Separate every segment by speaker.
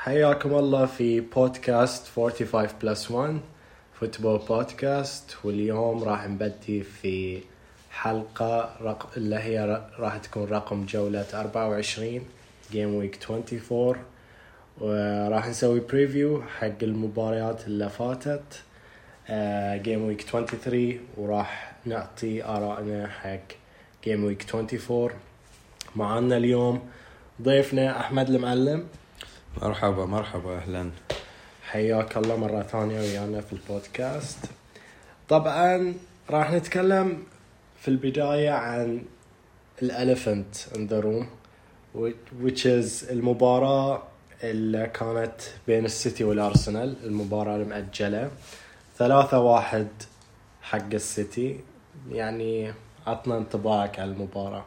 Speaker 1: حياكم الله في بودكاست 45+1 فوتبول بودكاست. واليوم راح نبدي في حلقة اللي هي راح تكون رقم جولة 24 جيم ويك 24، وراح نسوي بريفيو حق المباريات اللي فاتت جيم ويك 23، وراح نعطي آرائنا حق جيم ويك 24. معنا اليوم ضيفنا أحمد المعلم.
Speaker 2: مرحبا أهلا،
Speaker 1: حياك الله مرة ثانية ويانا في البودكاست. طبعا راح نتكلم في البداية عن elephant in the room which is المباراة اللي كانت بين السيتي والأرسنال، المباراة المؤجلة 3-1 حق السيتي. يعني عطنا انطباعك على المباراة.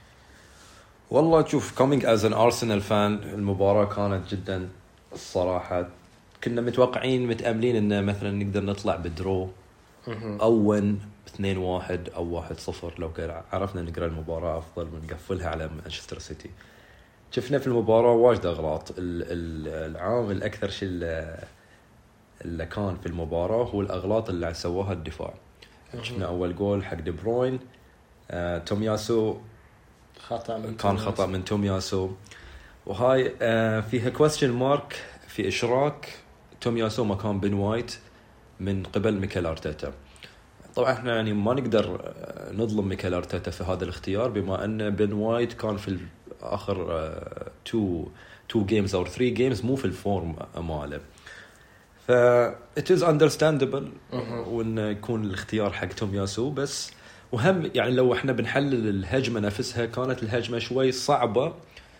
Speaker 2: والله شوف coming as an Arsenal fan المباراة كانت جدا الصراحة كنا متأملين إن مثلا نقدر نطلع بدرو أو 2-1 أو 1-0. لو كان عرفنا نقرأ المباراة أفضل من نقفلها على مانشستر سيتي. شفنا في المباراة واجد أغلاط. العامل الأكثر شيء اللي كان في المباراة هو الأغلاط اللي سووها الدفاع. شفنا أول جول حق دي بروين، تومياسو كان خطأ من تومياسو، وهاي فيها question mark في إشراك تومياسو مكان بن وايت من قبل ميكيل أرتيتا. طبعا احنا يعني ما نقدر نظلم ميكيل أرتيتا في هذا الاختيار، بما أن بن وايت كان في آخر 2 games أو 3 games مو في الفورم ماله. ف it is understandable وإن يكون الاختيار حق تومياسو. بس وهم يعني لو احنا بنحلل الهجمة نفسها، كانت الهجمة شوي صعبة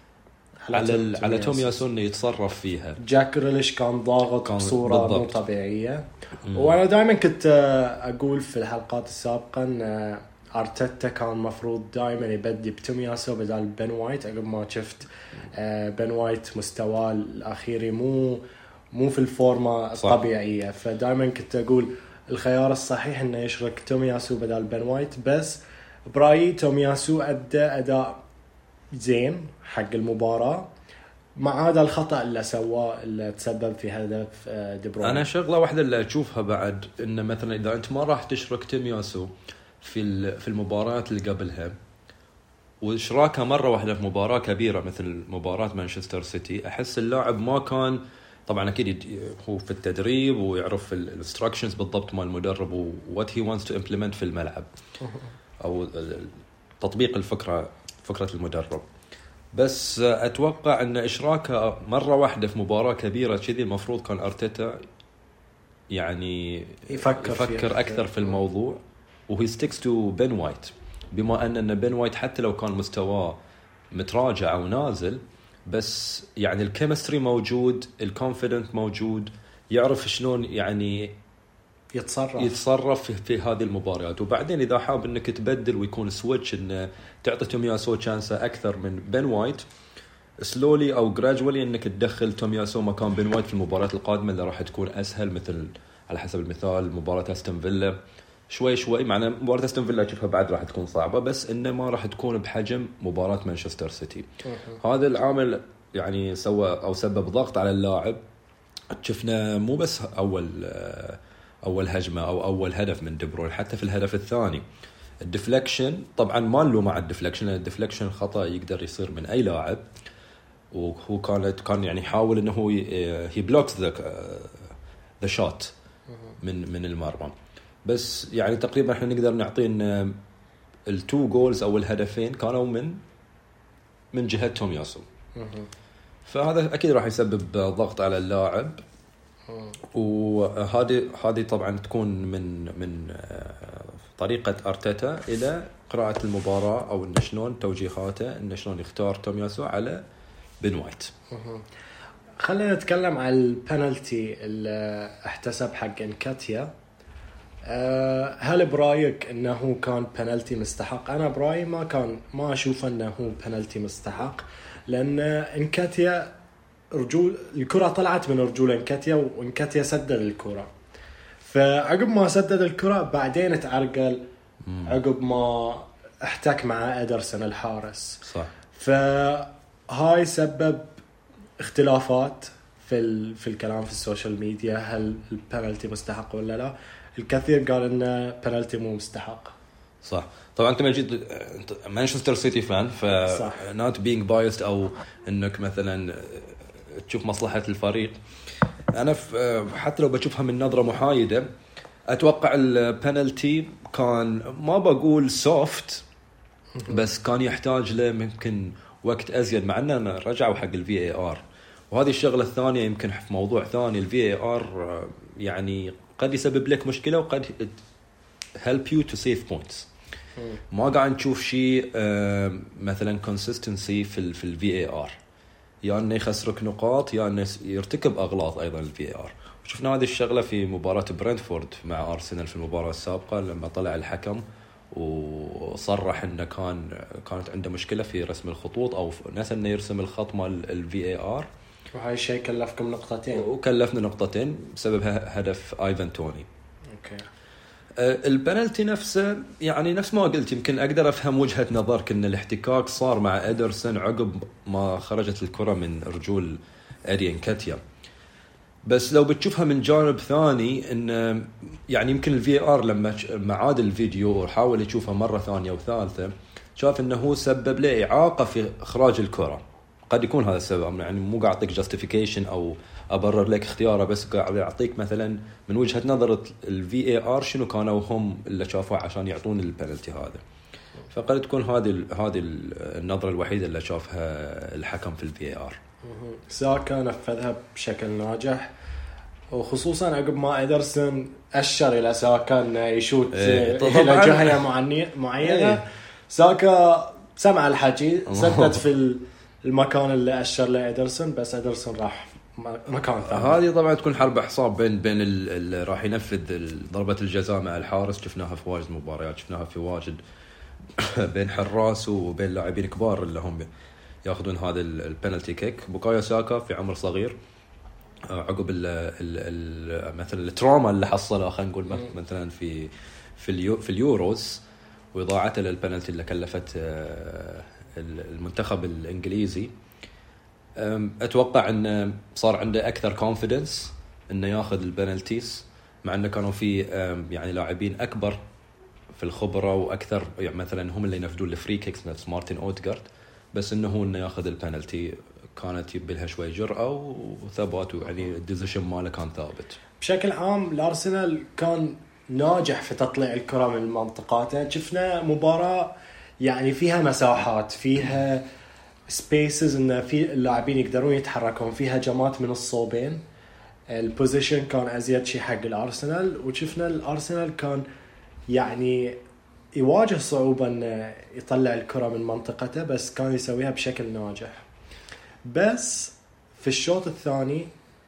Speaker 2: على تومياسو انه يتصرف فيها.
Speaker 1: جاك ريليش كان ضاغط بصورة مو طبيعية. وانا دائما كنت اقول في الحلقات السابقة ان ارتيتا كان مفروض دائما يبدي بتومياسو بدل بن وايت. عقب ما شفت بن وايت مستواه الاخيري مو في الفورمة الطبيعية، فدائما كنت اقول الخيار الصحيح انه يشرك تومياسو بدل بن وايت. بس برايي تومياسو ادى اداء زين حق المباراة، ما عدا الخطأ اللي سواه اللي تسبب في هدف دي بروين.
Speaker 2: انا شغله واحده اللي اشوفها بعد، ان مثلا اذا انت ما راح تشرك تومياسو في المباريات اللي قبلها، واشراكها مره واحده في مباراه كبيره مثل مباراه مانشستر سيتي، احس اللاعب ما كان طبعا اكيد هو في التدريب ويعرف الانستراكشنز بالضبط مال المدرب و what he wants to implement في الملعب او تطبيق فكره المدرب. بس اتوقع ان اشراكه مره واحده في مباراه كبيره كذي المفروض كان ارتيتا يعني يفكر اكثر في الموضوع، وهي ستيكس تو بن وايت، بما ان بن وايت حتى لو كان مستواه متراجع او نازل، بس يعني الكيمستري موجود، الكونفيدنت موجود، يعرف شلون يعني يتصرف في هذه المباريات. وبعدين إذا حاب إنك تبدل ويكون سويتش إن تعطي تومياسو تشانسه أكثر من بن وايت، سلولي أو جراجولي إنك تدخل تومياسو مكان بن وايت في المباريات القادمة اللي راح تكون أسهل، مثل على حسب المثال مباراة أستون فيلا شوي معنا. مباراة أستون فيلا أشوفها بعد راح تكون صعبة، بس إنه ما راح تكون بحجم مباراة مانشستر سيتي. هذا العامل يعني سبب ضغط على اللاعب. شفنا مو بس أول هجمة أو أول هدف من دي بروين، حتى في الهدف الثاني الديفلكشن. طبعا ما له مع الديفلكشن، لأن الديفلكشن خطأ يقدر يصير من أي لاعب، وهو كان يعني يحاول إنه هو he blocks the shot من المرمى. بس يعني تقريبا احنا نقدر نعطي إن التو جولز أو الهدفين كانوا من جهة تومياسو، فهذا أكيد راح يسبب ضغط على اللاعب. وهذه طبعا تكون من طريقة أرتيتا إلى قراءة المباراة، أو إن شلون توجيهاته، إن شلون يختار تومياسو على بن وايت.
Speaker 1: خلينا نتكلم عن البنالتي اللي احتسب حق انكاتيا. هل برأيك إنه كان بنالتي مستحق؟ أنا برأيي ما أشوف إنه هو بنالتي مستحق، لأن انكاتيا الكرة طلعت من رجول انكاتيا، وانكاتيا سدد الكرة. فعقب ما سدد الكرة بعدين تعرقل، عقب ما احتك مع أدرسن الحارس.
Speaker 2: صح.
Speaker 1: فهاي سبب اختلافات في الكلام في السوشيال ميديا، هل البنالتي مستحق ولا لا. الكثير قال ان بنالتي مو مستحق.
Speaker 2: صح. طبعا انت مجيد مانشستر سيتي فان، ف not being biased او انك مثلا تشوف مصلحة الفريق. انا حتى لو بشوفها من نظرة محايدة، اتوقع البنالتي كان ما بقول سوفت، بس كان يحتاج له ممكن وقت ازيد، مع اننا رجعوا حق الفي اي ار. وهذه الشغله الثانيه يمكن في موضوع ثاني، الفي اي ار يعني قد يسبب لك مشكله وقد help you to save points. ما قاعد نشوف شيء مثلا consistency في الفي اي ار، يا انه يخسرك نقاط يا انه يرتكب اغلاط ايضا الفي اي ار. شفنا هذه الشغله في مباراه برنتفورد مع ارسنال في المباراه السابقه، لما طلع الحكم وصرح انه كانت عنده مشكله في رسم الخطوط، او نسى انه يرسم الخط مال الفي اي ار،
Speaker 1: وهاي الشيء كلفكم نقطتين.
Speaker 2: وكلفنا نقطتين بسبب هدف ايفان توني.
Speaker 1: اوكي.
Speaker 2: البنالتي نفسه يعني نفس ما قلت، يمكن اقدر افهم وجهه نظرك ان الاحتكاك صار مع ادرسون عقب ما خرجت الكره من رجول ادي انكاتيا. بس لو بتشوفها من جانب ثاني، ان يعني يمكن الفي ار لما عاد الفيديو وحاول يشوفها مره ثانيه وثالثه، شاف انه هو سبب له اعاقه في اخراج الكره. قد يكون هذا السبب، يعني مو قاعد اعطيك جاستيفيكيشن او ابرر لك اختياره، بس قاعد اعطيك مثلا من وجهه نظر الفي اي ار شنو كانوا هم اللي شافوه عشان يعطون البنالتي هذا. فقد تكون هذه النظره الوحيده اللي شافها الحكم في الفي اي ار.
Speaker 1: ساكا نفذها بشكل ناجح، وخصوصا عقب ما ادرسون اشر الى ساكا انه يشوت الى جهه معينه. ساكا سمع الحكي، سدد في المكان اللي اشر له ادرسون، بس ادرسون راح مكان ثاني.
Speaker 2: هذه طبعا تكون حرب احصاب بين اللي راح ينفذ ضربه الجزاء مع الحارس. شفناها في واجد مباريات، شفناها في واجد بين حراس وبين لاعبين كبار اللي هم ياخذون هذا البنالتي كيك. بوكايو ساكا في عمر صغير، عقب مثلا التروما اللي حصلها، خلينا نقول مثلا في اليوروز، واضاعته للبنالتي اللي كلفت المنتخب الانجليزي. اتوقع انه صار عنده اكثر كونفيدنس انه ياخذ البنالتيز، مع انه كانوا في يعني لاعبين اكبر في الخبره واكثر، يعني مثلا هم اللي ينفذون الفري كيكس نفس مارتن اودغارد، بس انه ياخذ البنالتي كانت يبي لها شوي جرأة وثبات، يعني الديزيشن ماله كان ثابت.
Speaker 1: بشكل عام الارسنال كان ناجح في تطليع الكرة من منطقاته. شفنا مباراة يعني فيها مساحات، فيها سبيسز ان في اللاعبين يقدرون يتحركون، فيها هجمات من الصوبين. البوزيشن كان ازيد شيء حق الارسنال، وشفنا الارسنال كان يعني يواجه صعوبة انه يطلع الكرة من منطقته، بس كان يسويها بشكل ناجح. بس في الشوط الثاني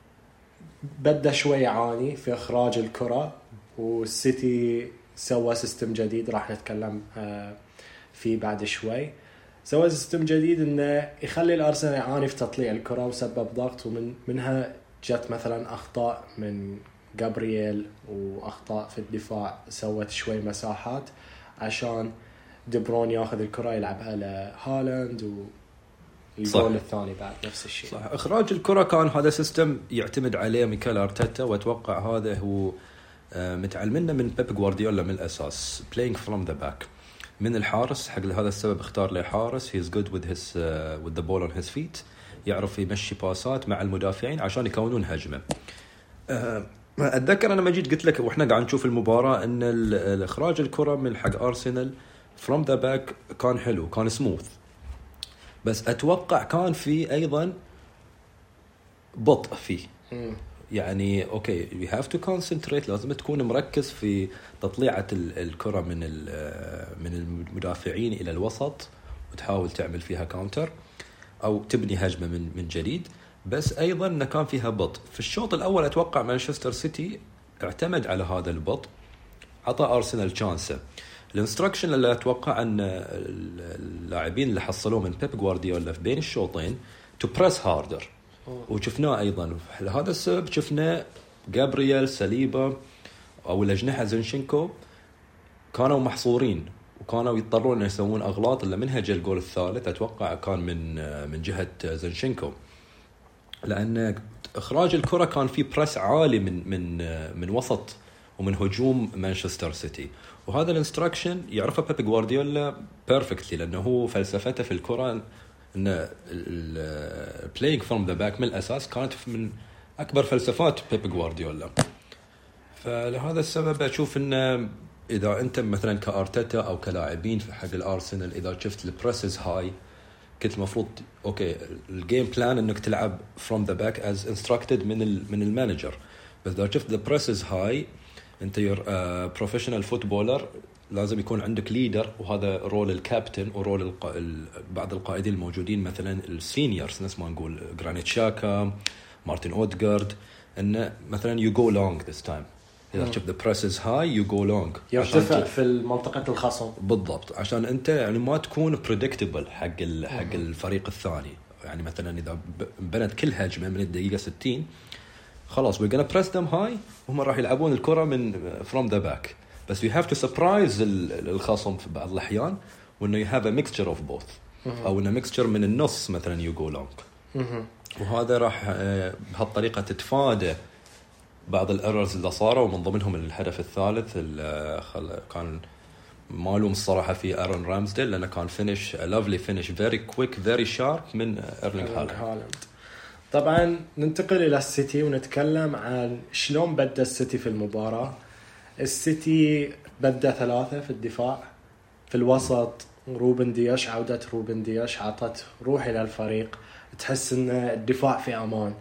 Speaker 1: بدأ شوي يعاني في إخراج الكرة، والسيتي سوى سيستم جديد راح نتكلم فيه بعد شوي. سوى سيستم جديد إنه يخلي الأرسنال يعاني في تطليع الكرة، وسبب ضغط، ومنها جت مثلا أخطاء من جابرييل وأخطاء في الدفاع، سوت شوي مساحات عشان دي برون ياخذ الكرة يلعبها لهالاند، الجول الثاني بعد نفس الشيء.
Speaker 2: صح. اخراج الكره كان هذا سيستم يعتمد عليه ميكيل ارتيتا، واتوقع هذا هو متعلمنا من بيب غوارديولا من الاساس، playing from the back من الحارس. حق هذا السبب اختار له حارس he's good with the ball on his feet، يعرف يمشي باسات مع المدافعين عشان يكونون هجمه. اتذكر انا ما جيت قلت لك واحنا قاعد نشوف المباراه ان الاخراج الكره من حق ارسنال from the back كان حلو، كان سموث، بس اتوقع كان في ايضا بطء فيه. يعني اوكي you have to concentrate، لازم تكون مركز في تطليعة الكرة من المدافعين الى الوسط، وتحاول تعمل فيها كاونتر او تبني هجمة من جديد. بس ايضا انه كان فيها بطء في الشوط الاول. اتوقع مانشستر سيتي اعتمد على هذا البطء، عطى ارسنال شانسه. الانستراكشن اللي اتوقع ان اللاعبين اللي حصلوه من بيب غوارديولا بين الشوطين تو بريس هاردر، وشفناه ايضا لهذا السبب. شفنا جابرييل ساليبا او الاجنحه زينشينكو كانوا محصورين، وكانوا يضطرون يسوون اغلاط، اللي منها جاء الجول الثالث اتوقع كان من جهه زينشينكو. لان اخراج الكره كان في بريس عالي من وسط ومن هجوم مانشستر سيتي، وهذا الانستراكشن يعرفه بيب غوارديولا بيرفكتلي، لانه هو فلسفته في الكره ان البلاينج فروم ذا باك من الاساس كانت من اكبر فلسفات بيب غوارديولا. فلهذا السبب اشوف ان اذا انت مثلا كارتيتا او كلاعبين في حق الارسنال اذا شفت البريسز هاي كنت المفروض اوكي الجيم بلان انك تلعب فروم ذا باك از انستراكتد من المانجر، بس اذا شفت ذا بريسز هاي انت يور بروفيشنال فوتبولر لازم يكون عندك ليدر، وهذا رول الكابتن ورول بعض القائدين الموجودين مثلا السينيورز ناس ما نقول جرانيت شاكا مارتن اودغارد، انه مثلا يو جو لونج ذس تايم اذا شفت ذا بريسز هاي يو جو لونج
Speaker 1: يرتفع في منطقه الخصم
Speaker 2: بالضبط، عشان انت يعني ما تكون بريدكتبل حق الفريق الثاني. يعني مثلا اذا بنت كل هجمه من الدقيقه 60 خلاص we're gonna press them high وهم راح يلعبون الكره من from the back، بس you have to surprise الخصم في بعض الاحيان، وانه you have a mixture of both او انه mixture من النص مثلا you go long، وهذا راح بهالطريقه تتفادى بعض الايرورز اللي صاروا، ومن ضمنهم الهدف الثالث اللي كان مالوم الصراحه في ايرون رامسديل، لانه كان فينش لافلي فينش فيري كويك فيري شارب من ايرلينغ هالاند.
Speaker 1: طبعا ننتقل الى السيتي ونتكلم عن شلون بدا السيتي في المباراه. السيتي بدا 3 في الدفاع، في الوسط روبن دياش، عوده روبن دياش عطت روح الى الفريق، تحس ان الدفاع في امان.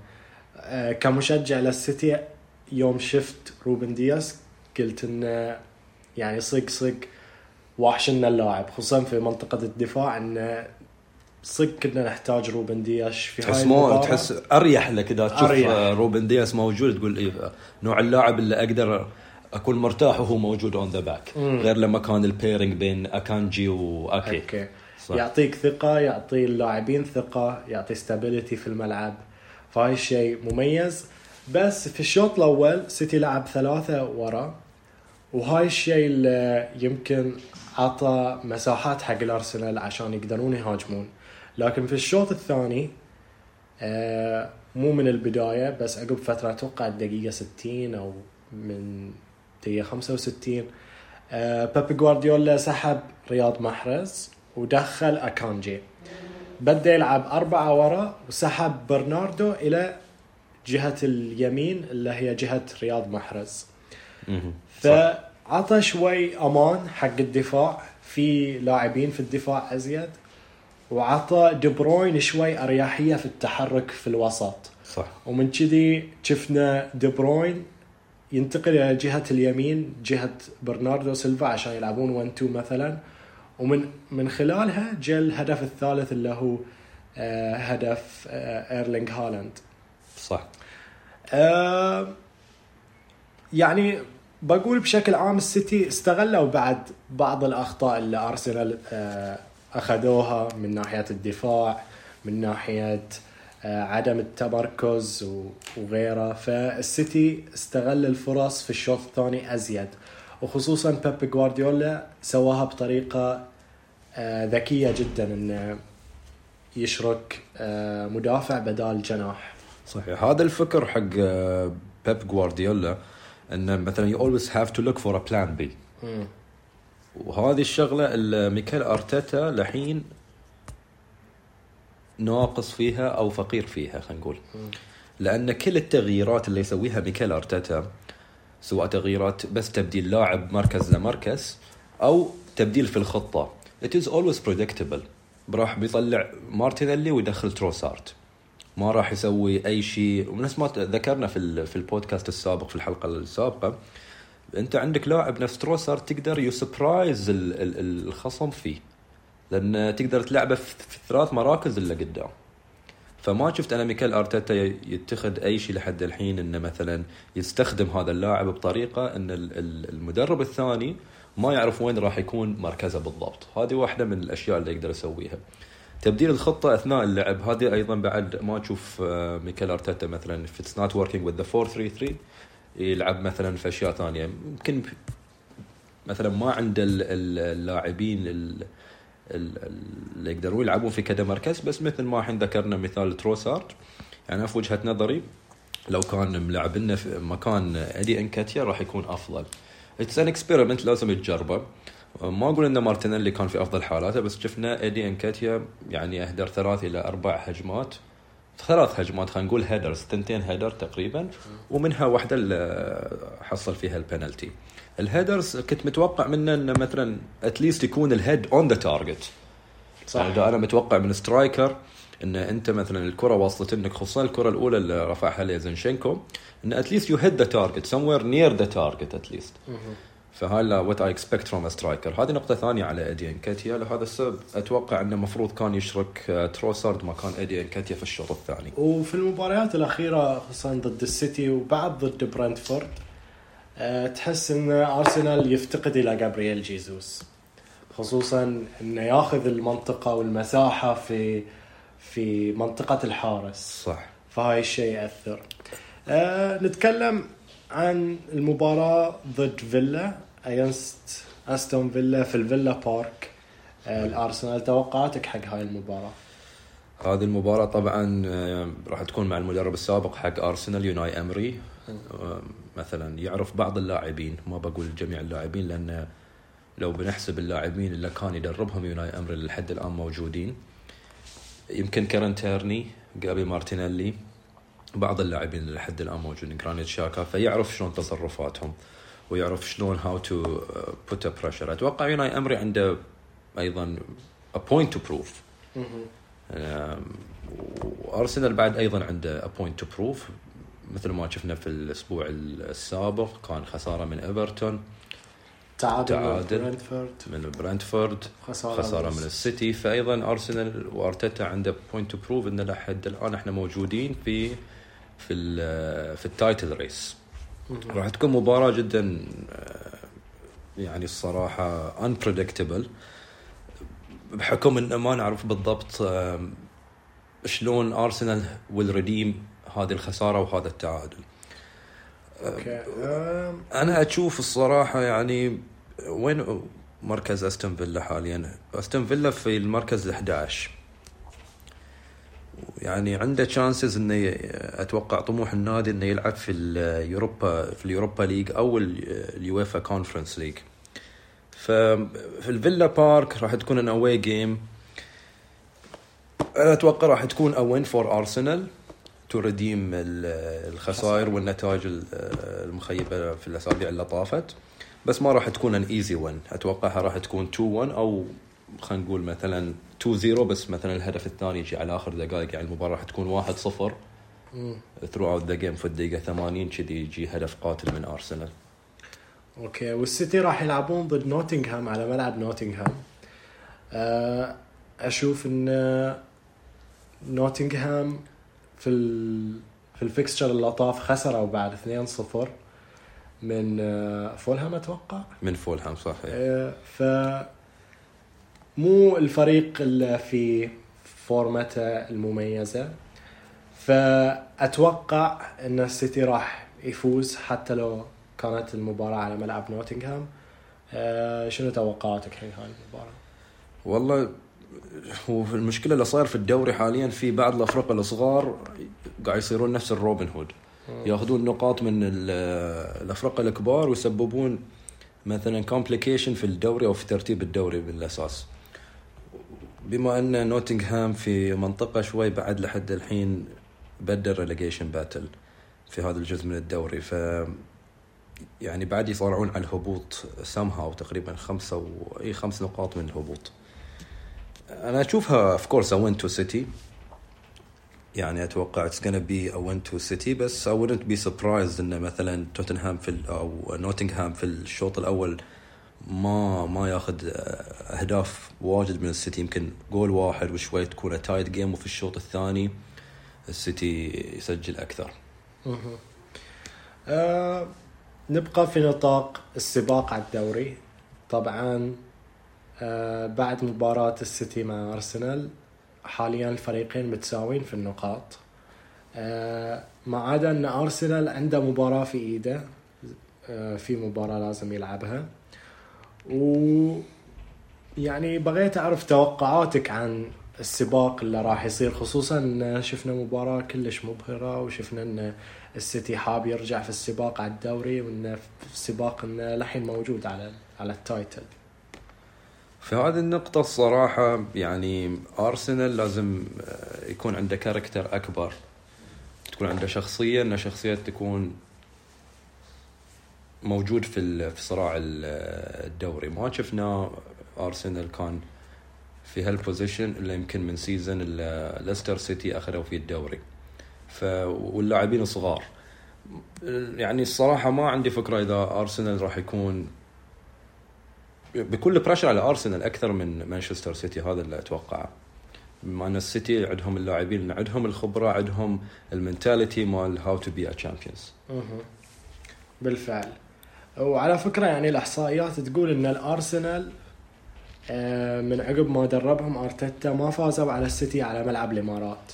Speaker 1: كمشجع للسيتي يوم شفت روبن دياس قلت انه يعني صق وحشنا اللاعب، خصوصا في منطقه الدفاع، ان صدق كنا نحتاج روبن دياش في هاي المباراة.
Speaker 2: تحس اريح لك اذا تشوف روبن دياس موجود، تقول إيه نوع اللاعب اللي اقدر اكون مرتاح وهو موجود اون ذا باك، غير لما كان البيرنج بين اكانجي واكي.
Speaker 1: يعطيك ثقه، يعطي اللاعبين ثقه، يعطي ستابيليتي في الملعب، فهاي الشيء مميز. بس في الشوط الاول سيتي لعب 3 ورا، وهاي الشيء اللي يمكن عطى مساحات حق الارسنال عشان يقدرون يهاجمون. لكن في الشوط الثاني مو من البداية بس عقب فترة اتوقع الدقيقة 60 او من دقيقة 65 بيب غوارديولا سحب رياض محرز ودخل اكانجي، بدأ يلعب 4 ورا وسحب برناردو الى جهة اليمين اللي هي جهة رياض محرز، فعطى شوي امان حق الدفاع، في لاعبين في الدفاع ازيد، وعطى دي بروين شوي اريحيه في التحرك في الوسط.
Speaker 2: صح.
Speaker 1: ومن كذي شفنا دي بروين ينتقل الى جهه اليمين جهه برناردو سيلفا عشان يلعبون 1-2 مثلا، ومن خلالها جاء الهدف الثالث اللي هو هدف ايرلينغ هالاند.
Speaker 2: صح.
Speaker 1: يعني بقول بشكل عام السيتي استغلوا بعد بعض الأخطاء اللي أرسنال أخذوها من ناحية الدفاع، من ناحية عدم التمركز وغيره، فالسيتي استغل الفرص في الشوط الثاني أزيد، وخصوصا بيب غوارديولا سواها بطريقة ذكية جدا إنه يشرك مدافع بدال جناح.
Speaker 2: صحيح. هذا الفكر حق بيب غوارديولا ان مثلا you always have to look for a plan B. وهذه الشغله اللي ميكيل ارتيتا لحين ناقص فيها او فقير فيها خلينا نقول، لان كل التغييرات اللي يسويها ميكيل ارتيتا سواء تغييرات بس تبديل لاعب مركز لمركز او تبديل في الخطه it is always predictable. راح بيطلع مارتينيلي ويدخل تروسارد، ما راح يسوي أي شيء. ونفس ما ذكرنا في البودكاست السابق في الحلقة السابقة، أنت عندك لاعب نفس تروسر تقدر يسبرايز الخصم فيه، لأن تقدر تلعبه في 3 مراكز اللي قدام. فما شفت أنا ميكيل أرتيتا يتخذ أي شيء لحد الحين إنه مثلا يستخدم هذا اللاعب بطريقة إن المدرب الثاني ما يعرف وين راح يكون مركزه بالضبط. هذه واحدة من الأشياء اللي يقدر يسويها. تبديل الخطة أثناء اللعب هذه أيضا بعد ما تشوف ميكيل أرتيتا مثلا if it's not working with the 4-3-3 يلعب مثلا في أشياء ثانية. ممكن مثلا ما عند اللاعبين اللي يقدرون يلعبون في كذا مركز، بس مثل ما حين ذكرنا مثال تروسارد يعني في وجهة نظري لو كان ملعبنا في مكان إيدي إنكاتيا راح يكون أفضل. It's an experiment لازم يتجربه. ما أقول إن مارتينيلي كان في أفضل حالاته، بس شفنا إيدي إنكاتيا يعني أهدر 3 إلى 4 هجمات، 3 هجمات خلينا نقول هيدرز، 2 هيدر تقريبا، ومنها واحدة اللي حصل فيها البنالتي. الهيدرز كنت متوقع منه إنه مثلا أتليست يكون الهيد on the target. صح. يعني أنا متوقع من سترايكر إن أنت مثلا الكرة وصلت إنك، خصوصا الكرة الأولى اللي رفعها لزنشينكو، إن أتليست you hit the target somewhere near the target at least. فهذا what I expect from a striker. هذه نقطة ثانية على إيدي إنكاتيا. لهذا السبب أتوقع أنه مفروض كان يشرك تروسارد مكان إيدي إنكاتيا في الشوط الثاني.
Speaker 1: وفي المباريات الأخيرة خصوصا ضد السيتي وبعد ضد برنتفورد تحس أن أرسنال يفتقد إلى جابرييل جيزوس، خصوصا أنه يأخذ المنطقة والمساحة في منطقة الحارس.
Speaker 2: صح.
Speaker 1: فهاي الشيء يأثر. نتكلم عن المباراة ضد فيلا against أستون فيلا في الفيلا بارك. الأرسنال توقعاتك حق هاي المباراة؟
Speaker 2: هذه المباراة طبعا راح تكون مع المدرب السابق حق أرسنال يوناي أمري. مثلا يعرف بعض اللاعبين، ما بقول جميع اللاعبين لأن لو بنحسب اللاعبين اللي كان يدربهم يوناي أمري لحد الآن موجودين، يمكن كارن تيرني، جابي مارتينيلي، بعض اللاعبين اللي لحد الآن موجودين، جرانيت شاكا، فيعرف شلون تصرفاتهم ويعرف شلون how to put a pressure. أتوقع يوناي أمري عنده أيضا a point to prove. وأرسنال بعد أيضا عنده a point to prove، مثل ما شفنا في الأسبوع السابق كان خسارة من إيفرتون، تعادل من برنتفورد، خسارة من السيتي. فأيضا أرسنال وأرتيتا عنده point to prove إن لحد الآن إحنا موجودين في التايتل ريس. راح تكون مباراة جدا يعني الصراحة unpredictable، بحكم إن ما نعرف بالضبط شلون أرسنال will redeem هذه الخسارة وهذا التعادل. أنا أشوف الصراحة يعني وين مركز أستون فيلا حاليا. أستون فيلا في المركز 11، يعني عنده chances إنه أتوقع طموح النادي إنه يلعب في اليوروبا ليج أو اليويفا كونفرنس ليج. ففي الفيلا بارك راح تكون an away game. أنا أتوقع راح تكون a win for Arsenal to redeem الخسائر والنتائج المخيبة في الأسابيع اللي طافت، بس ما راح تكون an easy win. أتوقعها راح تكون 2-1 أو خلينا نقول مثلا 2-0، بس مثلا الهدف الثاني يجي على آخر دقائق. يعني المباراة راح تكون 1-0 throughout the game في الدقيقة 80 كذي يجي هدف قاتل من أرسنال.
Speaker 1: أوكي. والسيتي راح يلعبون ضد نوتنغهام على ملعب نوتنغهام. أشوف إن نوتنغهام في الفيكستشر اللطاف خسروا بعد 2-0 من فولهام، أتوقع
Speaker 2: من فولهام صحيح.
Speaker 1: مو الفريق اللي في فورمته المميزة، فأتوقع أن السيتي راح يفوز حتى لو كانت المباراة على ملعب نوتنغهام. شنو توقعاتك هاي المباراة؟
Speaker 2: والله هو المشكلة اللي صار في الدوري حاليا في بعض الأفرقة الصغار قاعد يصيرون نفس الروبن هود، ياخذون نقاط من الأفرقة الكبار ويسببون مثلا complication في الدوري أو في ترتيب الدوري بالأساس. بما أن نوتنغهام في منطقة شوي بعد لحد الحين بدل relegation battle في هذا الجزء من الدوري، ف يعني بعد يصارعون على الهبوط somehow تقريبا 5 نقاط من الهبوط. أنا أشوفها of course a win to City، يعني أتوقع it's gonna be a win to City، بس I wouldn't be surprised إن مثلا توتنهام أو نوتنغهام في الشوط الأول ما ياخذ أهداف واجد من السيتي، يمكن جول واحد وشوي تكون تايت جيم، وفي الشوط الثاني السيتي يسجل أكثر.
Speaker 1: نبقى في نطاق السباق على الدوري. طبعا بعد مباراة السيتي مع أرسنال حاليا الفريقين متساوين في النقاط، ما عدا أن أرسنال عنده مباراة في إيده، في مباراة لازم يلعبها. ويعني بغيت أعرف توقعاتك عن السباق اللي راح يصير، خصوصا إن شفنا مباراة كلش مبهرة، وشفنا ان السيتي حاب يرجع في السباق على الدوري، وانه في السباق انه لحين موجود على التايتل.
Speaker 2: في هذه النقطة الصراحة يعني أرسنال لازم يكون عنده كاركتر أكبر، تكون عنده شخصية، إن شخصية تكون موجود في صراع الدوري. ما شفنا أرسنال كان في هالبوزيشن إلا يمكن من سيزن ليستر سيتي أخذوا فيه الدوري، واللاعبين صغار. يعني الصراحة ما عندي فكرة إذا أرسنال راح يكون بكل بريشر على أرسنال أكثر من مانشستر سيتي، هذا اللي أتوقعه. بما أن السيتي عندهم اللاعبين، عندهم الخبرة، عندهم المنتاليتي مال هاو تو بي ا تشامبيونز.
Speaker 1: بالفعل. وعلى فكرة يعني الإحصائيات تقول إن الأرسنال من عقب ما دربهم أرتيتا ما فازوا على السيتي على ملعب الإمارات،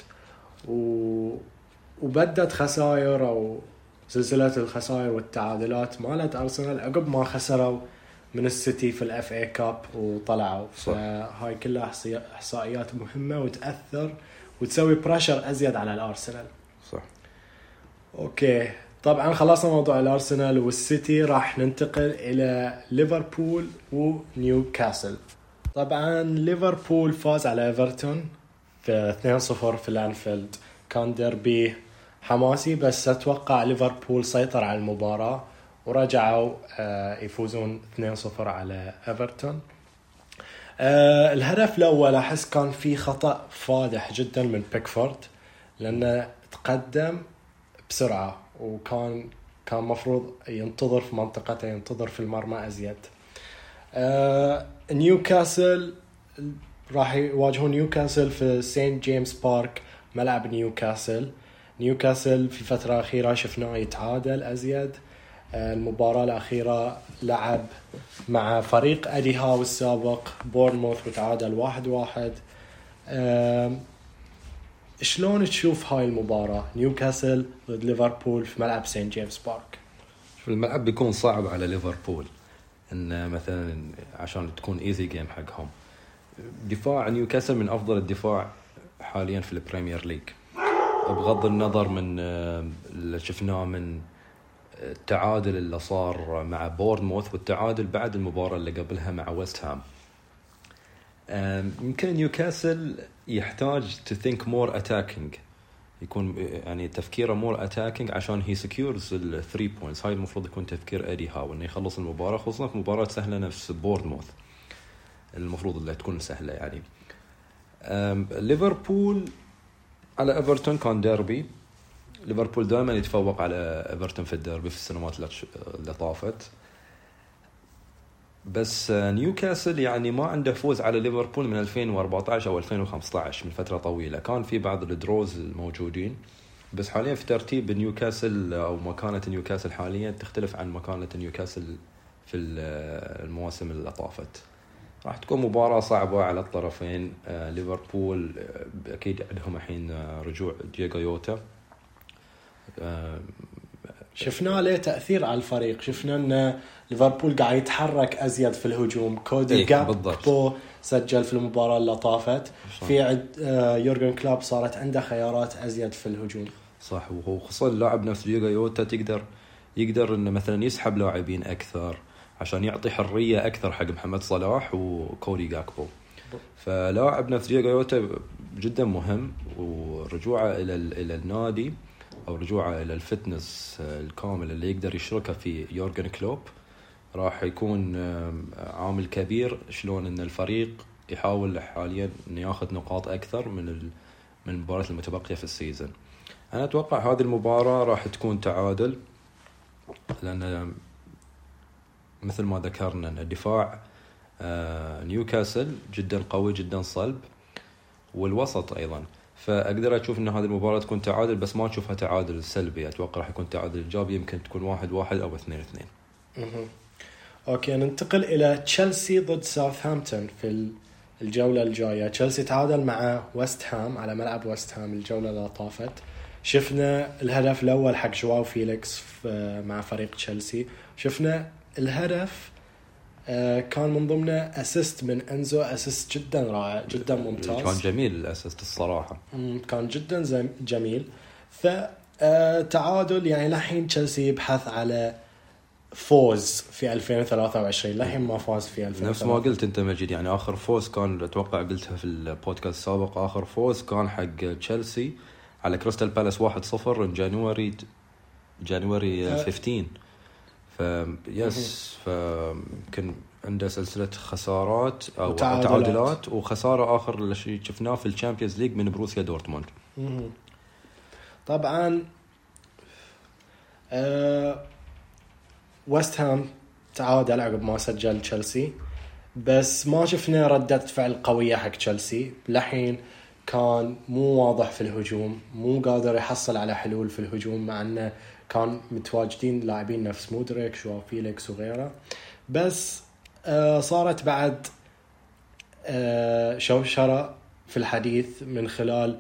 Speaker 1: وبدت خسائر أو سلسلة الخسائر والتعادلات مالت أرسنال عقب ما خسروا من السيتي في الاف اي كاب وطلعوا. فهاي كلها احصائيات مهمة وتأثر وتسوي بريشر أزيد على الأرسنال.
Speaker 2: صح.
Speaker 1: أوكي، طبعا خلصنا موضوع الأرسنال والسيتي، راح ننتقل إلى ليفربول ونيوكاسل. طبعا ليفربول فاز على إيفرتون في 2-0 في الأنفيلد، كان ديربي حماسي، بس أتوقع ليفربول سيطر على المباراة ورجعوا يفوزون 2-0 على إيفرتون. الهدف الأول أحس كان فيه خطأ فادح جدا من بيكفورد، لأنه تقدم بسرعة وكان مفروض ينتظر في منطقته، ينتظر في المرمى أزيد. نيوكاسل راح يواجهون نيوكاسل في سين جيمس بارك، ملعب نيوكاسل في الفترة الأخيرة شفناه يتعادل أزيد. المباراة الأخيرة لعب مع فريق أدي هاو السابق بورنموث وتعادل 1-1. شلون تشوف هاي المباراة نيوكاسل ضد ليفربول في ملعب سين جيمس بارك؟
Speaker 2: الملعب بيكون صعب على ليفربول، إن مثلا عشان تكون ايزي جيم حقهم. دفاع نيوكاسل من أفضل الدفاع حاليا في البريمير ليج، بغض النظر من اللي شفناه من التعادل اللي صار مع بورنموث والتعادل بعد المباراة اللي قبلها مع ويست هام. يمكن نيوكاسل يحتاج to think more attacking، يكون يعني تفكيره more attacking عشان he secures ال 3 points. هاي المفروض يكون تفكير أدي هاو، إنه يخلص المباراة، خصوصا في مباراة سهلة نفس بورنموث المفروض اللي تكون سهلة يعني. ليفربول على إيفرتون كان ديربي، ليفربول دائما يتفوق على إيفرتون في الديربي في السنوات اللي طافت، بس نيوكاسل يعني ما عنده فوز على ليفربول من 2014 أو 2015، من فترة طويلة. كان في بعض الدروز الموجودين، بس حاليا في ترتيب نيوكاسل أو مكانة نيوكاسل حاليا تختلف عن مكانة نيوكاسل في المواسم اللي طافت. راح تكون مباراة صعبة على الطرفين. ليفربول أكيد عندهم الحين رجوع دييغو يوتا،
Speaker 1: شفنا له تأثير على الفريق، شفنا أن ليفربول قاعد يتحرك أزيد في الهجوم. كودي جاكبو سجل في المباراة اللي طافت، في يورغن كلوب صارت عنده خيارات أزيد في الهجوم.
Speaker 2: صح، وهو خصوصا اللاعب نفس دييغو يوتا يقدر إنه مثلا يسحب لاعبين أكثر عشان يعطي حرية أكثر حق محمد صلاح وكودي جاكبو. فلاعب نفس دييغو يوتا جدا مهم، ورجوعه إلى النادي أو رجوعه إلى الفتنس الكامل اللي يقدر يشركه في يورغن كلوب راح يكون عامل كبير. شلون إن الفريق يحاول حاليا إنه يأخذ نقاط أكثر من المباريات المتبقية في السيزن. أنا أتوقع هذه المباراة راح تكون تعادل، لأن مثل ما ذكرنا أن الدفاع نيوكاسل جدا قوي جدا صلب، والوسط أيضا. فأقدر أشوف أن هذه المباراة تكون تعادل، بس ما أشوفها تعادل سلبي، أتوقع راح يكون تعادل إيجابي، يمكن تكون 1-1 أو 2-2.
Speaker 1: أوكي، ننتقل إلى تشيلسي ضد ساوثهامبتون في الجولة الجاية. تشيلسي تعادل مع ويست هام على ملعب ويست هام الجولة اللي طافت. شفنا الهدف الأول حق جواو فيليكس مع فريق تشيلسي، شفنا الهدف كان من ضمنه اسيست من انزو، اسيست جدا رائع جدا ممتاز،
Speaker 2: كان جميل الاسيست الصراحه،
Speaker 1: كان جدا جميل. فتعادل يعني لحين تشيلسي يبحث على فوز في 2023، لحين ما فاز في 2023.
Speaker 2: نفس ما قلت انت مجيد، يعني اخر فوز كان اتوقع قلتها في البودكاست السابق، اخر فوز كان حق تشيلسي على كريستال بالاس 1-0 جانوري 15. فكان عنده سلسلة خسارات أو تعادلات وخسارة آخر شيء شفناه في الشامبيونز ليج من بروسيا دورتموند.
Speaker 1: طبعا ويست هام تعادل عقب ما سجل تشيلسي، بس ما شفنا ردة فعل قوية حق تشيلسي. لحين كان مو واضح في الهجوم، مو قادر يحصل على حلول في الهجوم، مع أنه كان متواجدين لاعبين نفس مودريك شو فيليكس وغيره. بس صارت بعد شوشرة في الحديث من خلال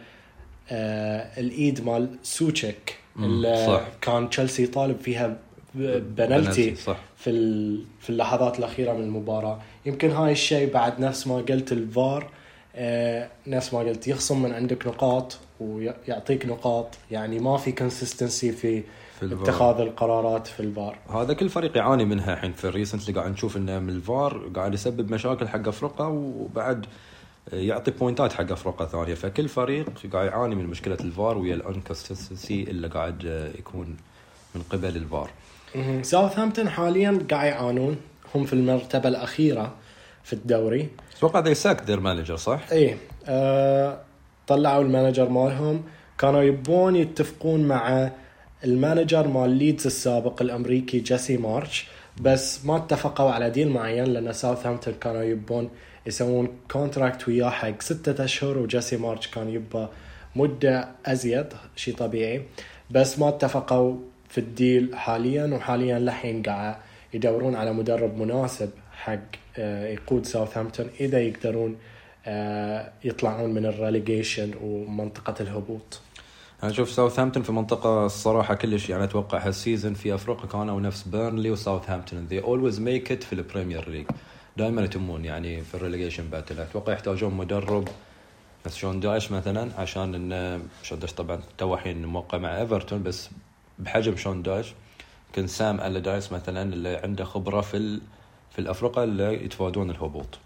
Speaker 1: الإيد مال سوتشيك اللي كان تشيلسي طالب فيها بنالتي في اللحظات الأخيرة من المباراة. يمكن هاي الشيء بعد نفس ما قلت الفار، نفس ما قلت يخصم من عندك نقاط ويعطيك نقاط، يعني ما في كونسيستنسي في اتخاذ القرارات في الفار.
Speaker 2: هذا كل فريق يعاني منها الحين في الريسنت اللي قاعد نشوف انه من الفار قاعد يسبب مشاكل حق افريقيا، وبعد يعطي بوينتات حق افريقيا ثانيه. فكل فريق قاعد يعاني من مشكله الفار ويا الانكونسيستنسي اللي قاعد يكون من قبل الفار.
Speaker 1: ساوثهامبتون حاليا قاعد يعانون، هم في المرتبه الاخيره في الدوري.
Speaker 2: اتوقع ذي ساك دير مانجر صح؟
Speaker 1: ايه طلعوا المانجر مالهم، كانوا يبون يتفقون مع المانجر مال ليدز السابق الامريكي جيسي مارش، بس ما اتفقوا على ديل معين، لان ساوثهامبتون كانوا يبون يسوون كونتراكت وياه حق 6 أشهر، وجيسي مارش كان يبى مدة أزيد، شيء طبيعي، بس ما اتفقوا في الديل حاليا. وحاليا لحين قاعد يدورون على مدرب مناسب حق يقود ساوثهامبتون إذا يقدرون يطلعون من الريليجيشن ومنطقة الهبوط.
Speaker 2: أنا أشوف ساوثهامبتون في منطقة الصراحة كلش، يعني أتوقع هالسيزن في أفريقيا كانوا نفس بيرنلي وساوثهامبتون، they always make it في البريمير ليج، دائما يتمون يعني في الريليجيشن باتل. أتوقع يحتاجون مدرب بس شون دايش مثلا، عشان إن شون دايش طبعا توحين موقع مع إيفرتون بس بحجم شون دايش. يمكن سام ألدايس مثلا اللي عنده خبرة في الأفريقيا اللي يتفادون الهبوط.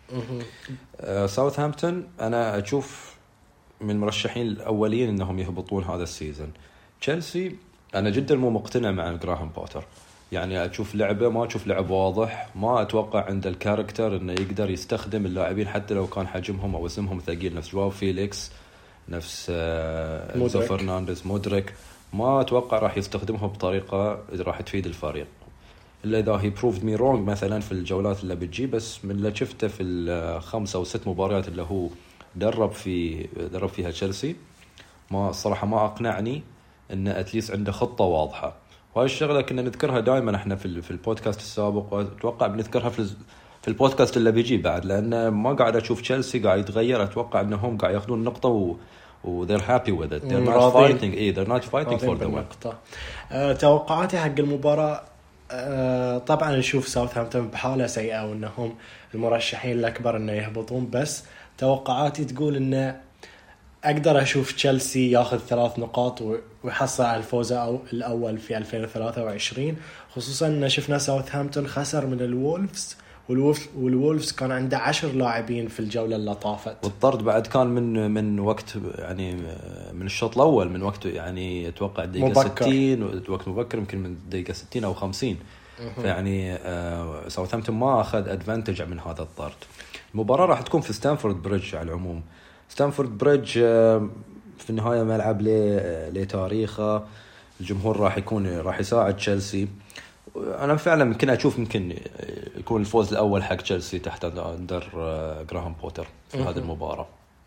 Speaker 2: ساوثهامبتون أنا أشوف من المرشحين الأولين إنهم يهبطون هذا السيزن. تشيلسي أنا جدا مو مقتنع مع جراهام بوتر، يعني أشوف لعبة ما أشوف لعب واضح، ما أتوقع عنده الكاركتر إنه يقدر يستخدم اللاعبين حتى لو كان حجمهم أو اسمهم ثقيل، نفس جواو فيليكس، نفس إنزو فرنانديز، مودريك. ما أتوقع راح يستخدمهم بطريقة راح تفيد الفريق، إلا إذا he proved me wrong مثلا في الجولات اللي بتجي. بس من اللي شفته في 5 أو 6 مباريات اللي هو درب فيها تشيلسي، ما الصراحة ما أقنعني إن أتليس عنده خطة واضحة. وهاي الشغلة كنا نذكرها دائما إحنا في البودكاست السابق، وأتوقع بنذكرها في البودكاست اللي بيجي بعد، لأن ما قاعد أشوف تشيلسي قاعد يتغير. أتوقع إنهم قاعد يأخذون نقطة they're happy with it. They're not fighting. They're not fighting for the win.
Speaker 1: توقعاتي حق المباراة طبعا نشوف ساوثهامبتون بحالة سيئة وإنهم المرشحين الأكبر إنه يهبطون، بس توقعاتي تقول إنه أقدر أشوف تشيلسي ياخذ 3 نقاط ويحصل على الفوز الأول في 2023، خصوصا إن شفنا ساوثهامبتون خسر من الوولفز، والوولفز كان عنده 10 لاعبين في الجولة اللي طافت،
Speaker 2: والطرد بعد كان من وقت يعني من الشوط الأول، من وقت يعني أتوقع دقيقة 60 وقت مبكر، يمكن من دقيقة 60 أو 50. فيعني ساوثهامبتون ما أخذ أدفانتج من هذا الطرد. المباراة راح تكون في ستانفورد بريدج على العموم. ستانفورد بريدج في النهاية ملعب لتاريخه، الجمهور راح يساعد تشيلسي. أنا فعلا ممكن أشوف ممكن يكون الفوز الأول حق تشيلسي تحت أندر جراهام بوتر في هذه المباراة.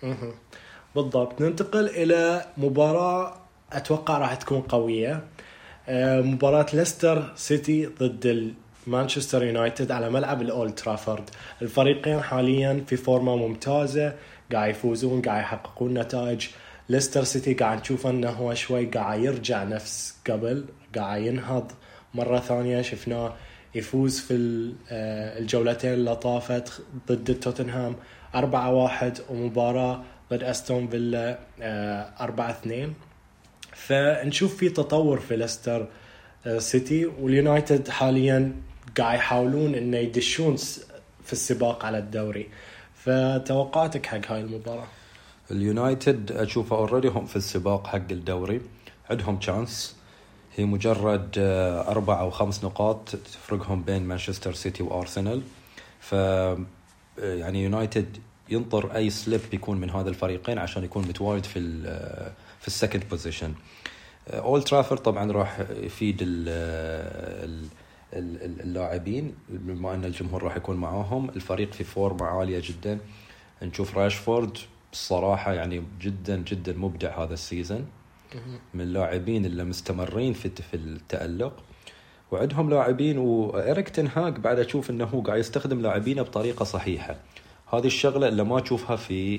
Speaker 1: بالضبط. ننتقل إلى مباراة أتوقع راح تكون قوية، مباراة ليستر سيتي ضد مانشستر يونايتد على ملعب الأولد ترافورد. الفريقين حاليا في فورمة ممتازة، قاعد يفوزون، قاعد يحققون نتائج. ليستر سيتي قاعد نشوف أنه هو شوي قاعد يرجع نفس قبل، قاعد ينهض مرة ثانية. شفناه يفوز في الجولتين اللي طافت ضد توتنهام 4-1 ومباراة ضد أستون فيلا 4-2. فنشوف في تطور في ليستر سيتي، واليونايتد حاليا قاعد يحاولون إنه يدشون في السباق على الدوري. فتوقعاتك حق هاي المباراة؟
Speaker 2: اليونايتد أشوفه أوريدي هم في السباق حق الدوري، عندهم تشانس. هي مجرد 4 أو 5 نقاط تفرقهم بين مانشستر سيتي وأرسنال. ف يعني يونايتد ينطر أي سليب يكون من هذا الفريقين عشان يكون متواجد في السكند بوزيشن. أولد ترافورد طبعا راح يفيد اللاعبين بما أن الجمهور راح يكون معاهم. الفريق في فورمة عالية جدا. نشوف راشفورد الصراحة يعني جدا جدا مبدع هذا السيزن، من اللاعبين اللي مستمرين في التألق. وعندهم لاعبين، وإيريك تين هاغ بعد أشوف أنه هو قاعد يستخدم لاعبينه بطريقة صحيحة. هذه الشغلة اللي ما تشوفها في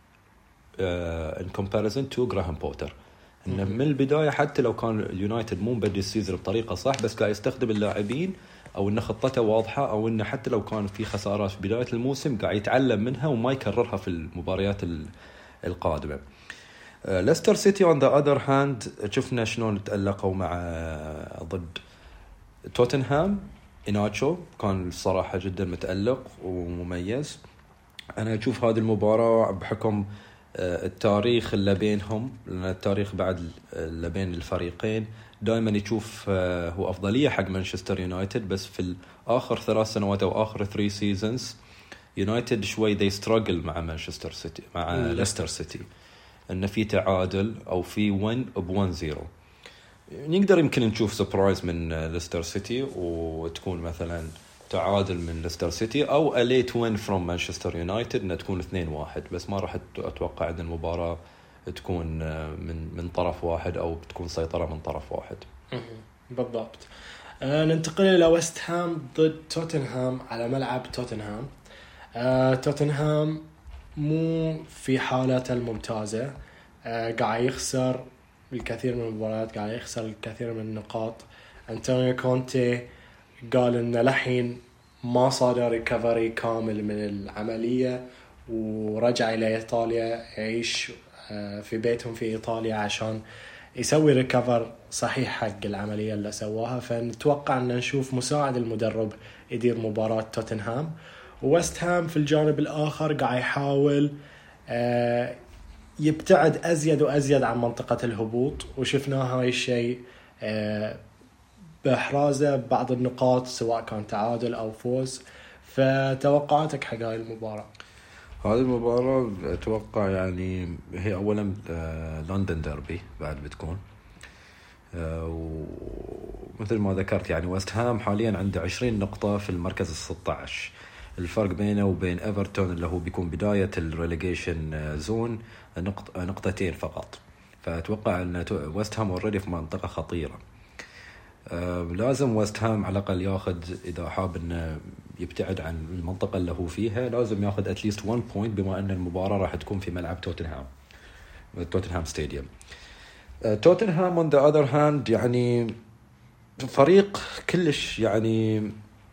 Speaker 2: in comparison to جراهام بوتر، إنه من البداية حتى لو كان اليونايتد مو مبدي السيزن بطريقة صح، بس قاعد يستخدم اللاعبين، أو إن خطته واضحة، أو إنه حتى لو كان في خسارات في بداية الموسم قاعد يتعلم منها وما يكررها في المباريات القادمة. ليستر سيتي on the other hand شفنا شلون تألقوا مع ضد توتنهام. إناتشو كان الصراحة جدا متألق ومميز. أنا أشوف هذه المباراة بحكم التاريخ اللي بينهم، لأن التاريخ بعد اللي بين الفريقين دائما يشوف هو أفضلية حق مانشستر يونايتد، بس في آخر 3 سنوات أو آخر 3 seasons يونايتد شوي they struggle مع مانشستر سيتي مع ليستر سيتي، إن في تعادل أو في win ب1-0. نقدر يمكن نشوف سبرايز من ليستر سيتي وتكون مثلا تعادل من ليستر سيتي، أو a late win from مانشستر يونايتد إنها تكون 2-1. بس ما راح أتوقع أن المباراة تكون من طرف واحد أو تكون سيطرة من طرف واحد.
Speaker 1: بالضبط. ننتقل إلى ويست هام ضد توتنهام على ملعب توتنهام. توتنهام مو في حالته الممتازة، قاعد يخسر الكثير من المباريات، قاعد يخسر الكثير من النقاط. أنطونيو كونتي قال إن لحين ما صار ريكفري كامل من العملية، ورجع إلى إيطاليا يعيش في بيتهم في إيطاليا عشان يسوي ريكفر صحيح حق العملية اللي سواها. فنتوقع أن نشوف مساعد المدرب يدير مباراة توتنهام. وويست هام في الجانب الآخر قاعد يحاول يبتعد أزيد وأزيد عن منطقة الهبوط، وشفنا هاي الشيء بإحرازه بعض النقاط سواء كان تعادل أو فوز. فتوقعاتك حق هاي المباراة؟
Speaker 2: هذه المباراة أتوقع يعني هي أولا لندن ديربي بعد بتكون، ومثل ما ذكرت يعني ويست هام حاليا عنده 20 نقطة في المركز 16. الفرق بينه وبين إيفرتون اللي هو بيكون بداية الريليجيشن زون نقطتين فقط. فأتوقع أن ويست هام أوريدي في منطقة خطيرة. لازم ويست هام على الأقل ياخذ، إذا حاب أنه يبتعد عن المنطقة اللي هو فيها، لازم ياخذ at least 1 point، بما أن المباراة راح تكون في ملعب توتنهام ستاديوم. توتنهام on the other hand يعني فريق كلش يعني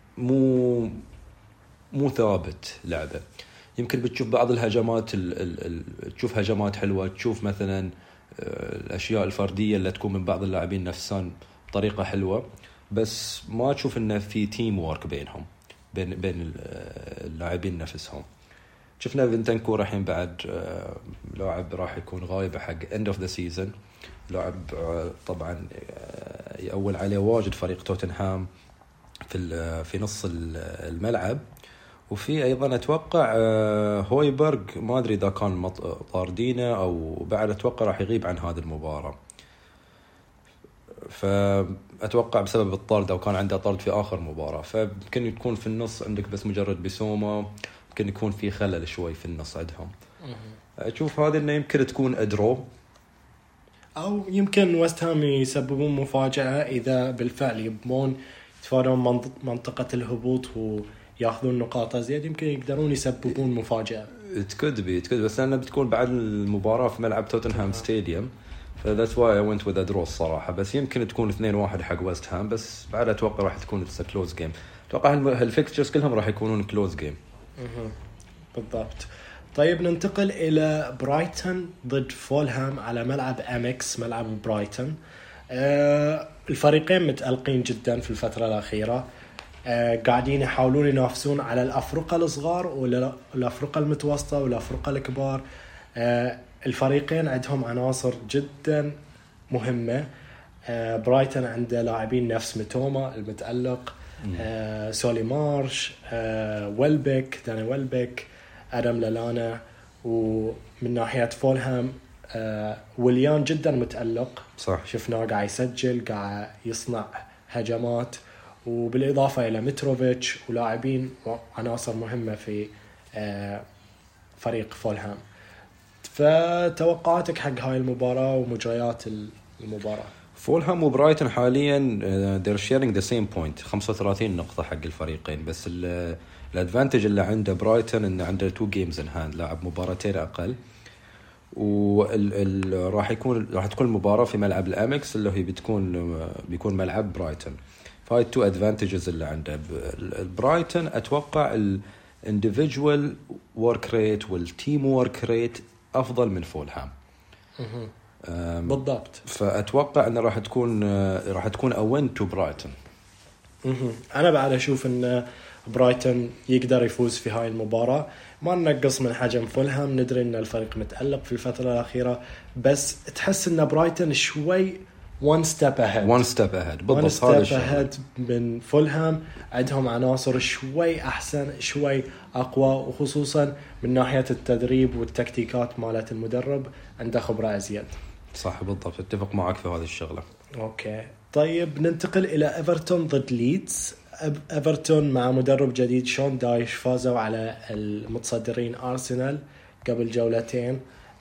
Speaker 2: مو ثابت لعبه. يمكن بتشوف بعض الهجمات تشوف هجمات حلوة، تشوف مثلا الأشياء الفردية اللي تكون من بعض اللاعبين نفسهم بطريقة حلوة، بس ما تشوف إنه في تيم وورك بينهم بين اللاعبين نفسهم. شفنا فينتنكور الحين بعد لاعب راح يكون غايب حق end of the season، لاعب طبعا يأول عليه واجد فريق توتنهام في نص الملعب. وفي أيضا أتوقع هويبرغ، ما أدري إذا كان طاردينه أو بعد، أتوقع راح يغيب عن هذه المباراة. فأتوقع بسبب الطرد أو كان عنده طرد في آخر مباراة، فممكن يكون في النص عندك بس مجرد بسومة، ممكن يكون في خلل شوي في النص عندهم. أشوف هذا إنه يمكن تكون أدرو،
Speaker 1: أو يمكن ويست هام يسببون مفاجأة إذا بالفعل يبون يتفادون منطقة الهبوط ويأخذون نقاط زيادة، يمكن يقدرون يسببون مفاجأة.
Speaker 2: تكد بس لأنها بتكون بعد المباراة في ملعب توتنهام ستاديوم، that's why I went with a draw الصراحة. بس يمكن تكون 2-1 حق ويست هام، بس بعد أتوقع راح تكون it's a close game. أتوقع هالفيكتشرز كلهم راح يكونون close game.
Speaker 1: بالضبط. طيب ننتقل إلى برايتون ضد فولهام على ملعب أميكس، ملعب برايتون. الفريقين متألقين جدا في الفترة الأخيرة، قاعدين يحاولون ينافسون على الأفرقة الصغار والأفرقة المتوسطة والأفرقة الكبار. الفريقين عندهم عناصر جدا مهمة. برايتون عنده لاعبين نفس متوما المتألق، سولي مارش، ويلبيك، داني ويلبيك، آدم لالانا. ومن ناحية فولهام ويليان جدا متألق،
Speaker 2: صح،
Speaker 1: شفناه قاعد يسجل، قاعد يصنع هجمات، وبالإضافة إلى متروفيتش ولاعبين عناصر مهمة في فريق فولهام. فتوقعاتك حق هاي المباراة ومجريات المباراة؟
Speaker 2: فولهام وبرايتون حاليا they're sharing the same point، 35 نقطة حق الفريقين. بس الادفانتج اللي عنده برايتون انه عنده 2 games in hand، لاعب مباراتين اقل، راح تكون المباراة في ملعب الامكس اللي هي بيكون ملعب برايتون. فهاي 2 advantages اللي عنده. برايتون اتوقع individual work rate والتيم work rate افضل من فولهام.
Speaker 1: بالضبط.
Speaker 2: فاتوقع انه راح تكون اوين تو برايتون.
Speaker 1: انا بعد اشوف ان برايتون يقدر يفوز في هاي المباراة. ما ننقص من حجم فولهام، ندري ان الفريق متألق في الفترة الأخيرة، بس تحس ان برايتون شوي one step ahead
Speaker 2: بالضبط. هذا
Speaker 1: من فولهام. عندهم عناصر شوي احسن، شوي اقوى، وخصوصا من ناحية التدريب والتكتيكات مالت المدرب عنده خبرة ازيد.
Speaker 2: صح بالضبط، اتفق معك في هذه الشغلة.
Speaker 1: اوكي طيب ننتقل الى ايفرتون ضد ليدز. ايفرتون مع مدرب جديد شون دايش فازوا على المتصدرين ارسنال قبل جولتين.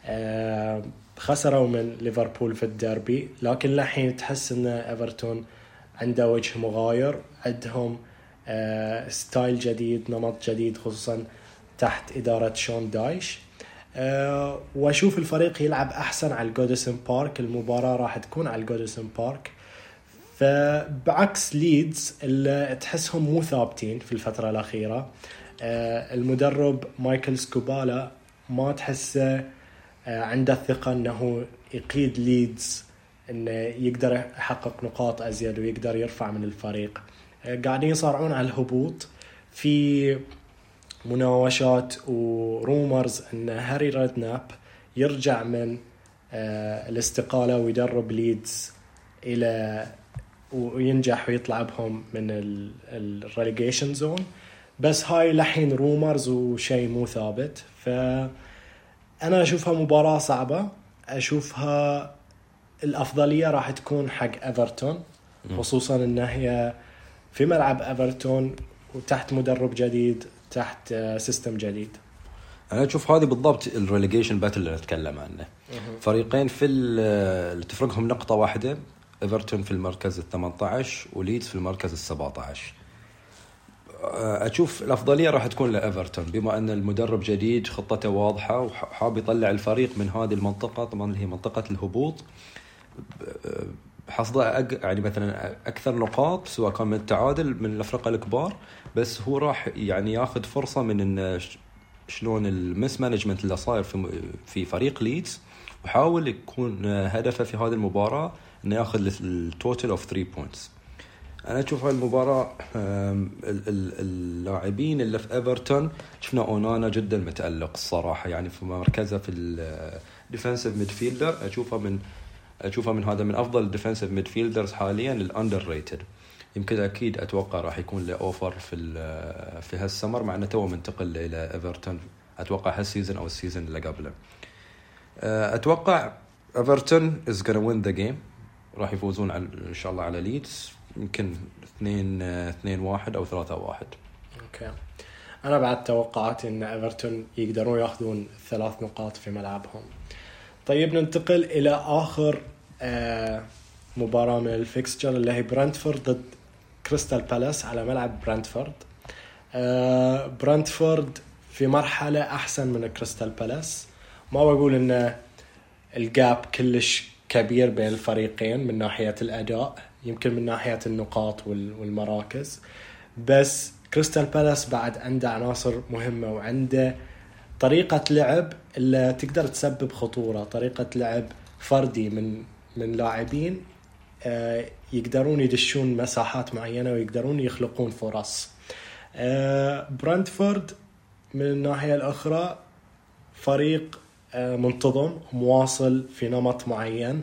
Speaker 1: خسروا من ليفربول في الديربي، لكن لحين تحس ان ايفرتون عنده وجه مغاير، عندهم ستايل جديد، نمط جديد، خصوصا تحت إدارة شون دايش. واشوف الفريق يلعب احسن على الجوديسون بارك. المباراة راح تكون على الجوديسون بارك. فبعكس ليدز اللي تحسهم مو ثابتين في الفترة الأخيرة، المدرب مايكل سكوبالا ما تحسه عنده الثقة أنه يقيد ليدز، أنه يقدر يحقق نقاط أزيد ويقدر يرفع من الفريق. قاعدين يصارعون على الهبوط. في مناوشات ورومرز أن هاري ريدناب يرجع من الاستقالة ويدرب ليدز إلى وينجح ويطلع بهم من الريليجيشن زون، بس هاي لحين رومرز وشيء مو ثابت. فأنا أشوفها مباراة صعبة، أشوفها الأفضلية راح تكون حق إيفرتون، خصوصا أنها هي في ملعب إيفرتون وتحت مدرب جديد، تحت سيستم جديد.
Speaker 2: أنا أشوف هذه بالضبط الريليجيشن باتل اللي نتكلم عنه. فريقين في اللي تفرقهم نقطة واحدة، إيفرتون في المركز 18 وليدز في المركز 17. أشوف الأفضلية راح تكون لإيفرتون، بما أن المدرب جديد، خطته واضحة، وحاب يطلع الفريق من هذه المنطقة، طبعا اللي هي منطقة الهبوط، حصده يعني مثلا أكثر نقاط سواء كان من التعادل من الأفرقة الكبار. بس هو راح يعني ياخذ فرصة من إن شلون المس مانجمنت اللي صاير في فريق ليدز، وحاول يكون هدفه في هذه المباراة إنه ياخذ التوتال اوف 3 بوينتس. أنا أشوف هالمباراة اللاعبين اللي في إيفرتون، شفنا أونانا جدا متألق الصراحة، يعني في مركزه في الديفنسيف ميدفيلدر أشوفه من هذا من أفضل الديفنسيف ميدفيلدرز حاليا، الأندر ريتد. يمكن أكيد أتوقع راح يكون له أوفر في هالسمر، مع أنه توه منتقل إلى إيفرتون، أتوقع هالسيزن أو السيزن اللي قبله. أتوقع إيفرتون is gonna win the game، راح يفوزون إن شاء الله على ليدز، يمكن 2-1 أو 3-1.
Speaker 1: أوكي. أنا بعد توقعاتي إن إيفرتون يقدرون يأخذون 3 نقاط في ملعبهم. طيب ننتقل إلى آخر مباراة من الفيكستشر اللي هي برنتفورد ضد كريستال بالاس على ملعب برنتفورد. برنتفورد في مرحلة أحسن من كريستال بالاس. ما بقول إن الجاب كلش كبير بين الفريقين من ناحية الأداء، يمكن من ناحية النقاط والمراكز. بس كريستال بالاس بعد عنده عناصر مهمة، وعنده طريقة لعب اللي تقدر تسبب خطورة، طريقة لعب فردي من لاعبين يقدرون يدشون مساحات معينة ويقدرون يخلقون فرص. برنتفورد من الناحية الأخرى فريق منتظم مواصل في نمط معين،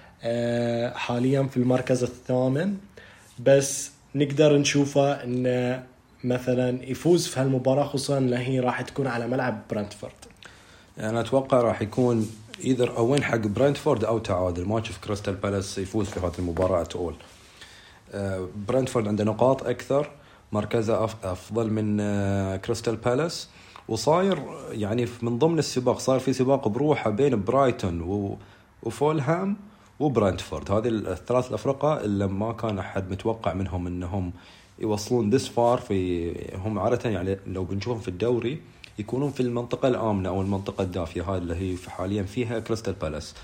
Speaker 1: حاليا في المركز الثامن، بس نقدر نشوفه إنه مثلا يفوز في هالمباراة، خصوصا اللي هي راح تكون على ملعب برنتفورد.
Speaker 2: أنا أتوقع راح يكون إذا أوين حق برنتفورد أو تعادل، ما أشوف كريستال بالاس يفوز في هذه المباراة أول. برنتفورد عنده نقاط أكثر، مركزه أفضل من كريستال بالاس، وصاير يعني من ضمن السباق، صار في سباق بروحه بين برايتون وفولهام وبرنتفورد. هذه الثلاث الأفرقة اللي ما كان أحد متوقع منهم أنهم يوصلون this far. هم عادة يعني لو بنشوفهم في الدوري يكونون في المنطقة الآمنة أو المنطقة الدافية، هذه اللي هي حاليا فيها كريستال بالاس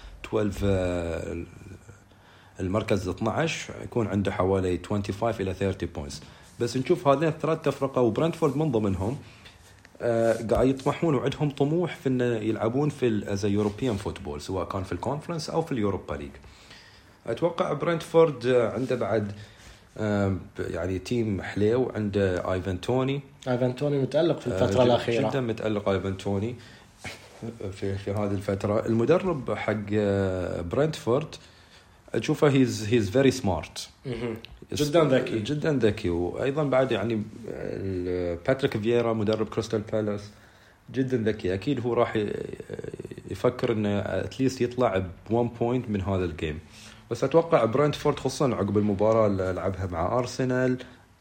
Speaker 2: 12 المركز 12 يكون عنده حوالي 25 إلى 30 بوينتس. بس نشوف هذين الثلاث أفرقة وبرنتفورد من ضمنهم قاعد يطمحون وعندهم طموح في إن يلعبون في as a European football، سواء كان في الكونفرنس أو في اليوروبا ليج. أتوقع برنتفورد عنده بعد يعني تيم حليو، عنده ايفان توني
Speaker 1: متألق في الفترة الأخيرة،
Speaker 2: جدا متألق ايفان توني في هذه الفترة. المدرب حق برنتفورد أشوفه he's very smart، جدا ذكي. وأيضا بعد يعني باتريك فييرا مدرب كريستال بالاس جدا ذكي، أكيد هو راح يفكر إنه أتليست يطلع ب1 بوينت من هذا الجيم. بس أتوقع برنتفورد خصوصا عقب المباراة اللي لعبها مع أرسنال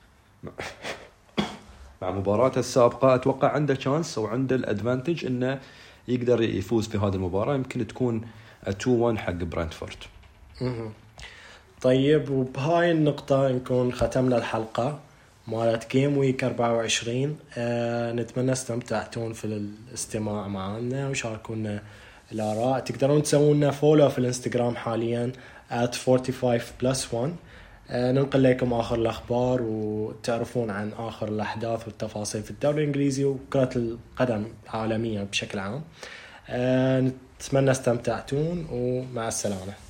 Speaker 2: مع مباراته السابقة، أتوقع عنده شانس أو عنده الأدفانتج إنه يقدر يفوز في هذه المباراة، يمكن تكون 2-1 حق برنتفورد.
Speaker 1: طيب، وبهاي النقطة نكون ختمنا الحلقة مالت جيم ويك 24. نتمنى استمتعتون في الاستماع معنا وشاركونا الآراء. تقدرون تسوونا فولو في الانستغرام حاليا @45+1. ننقل لكم آخر الأخبار وتعرفون عن آخر الأحداث والتفاصيل في الدوري الإنجليزي وكرة القدم عالميا بشكل عام. نتمنى استمتعتون ومع السلامة.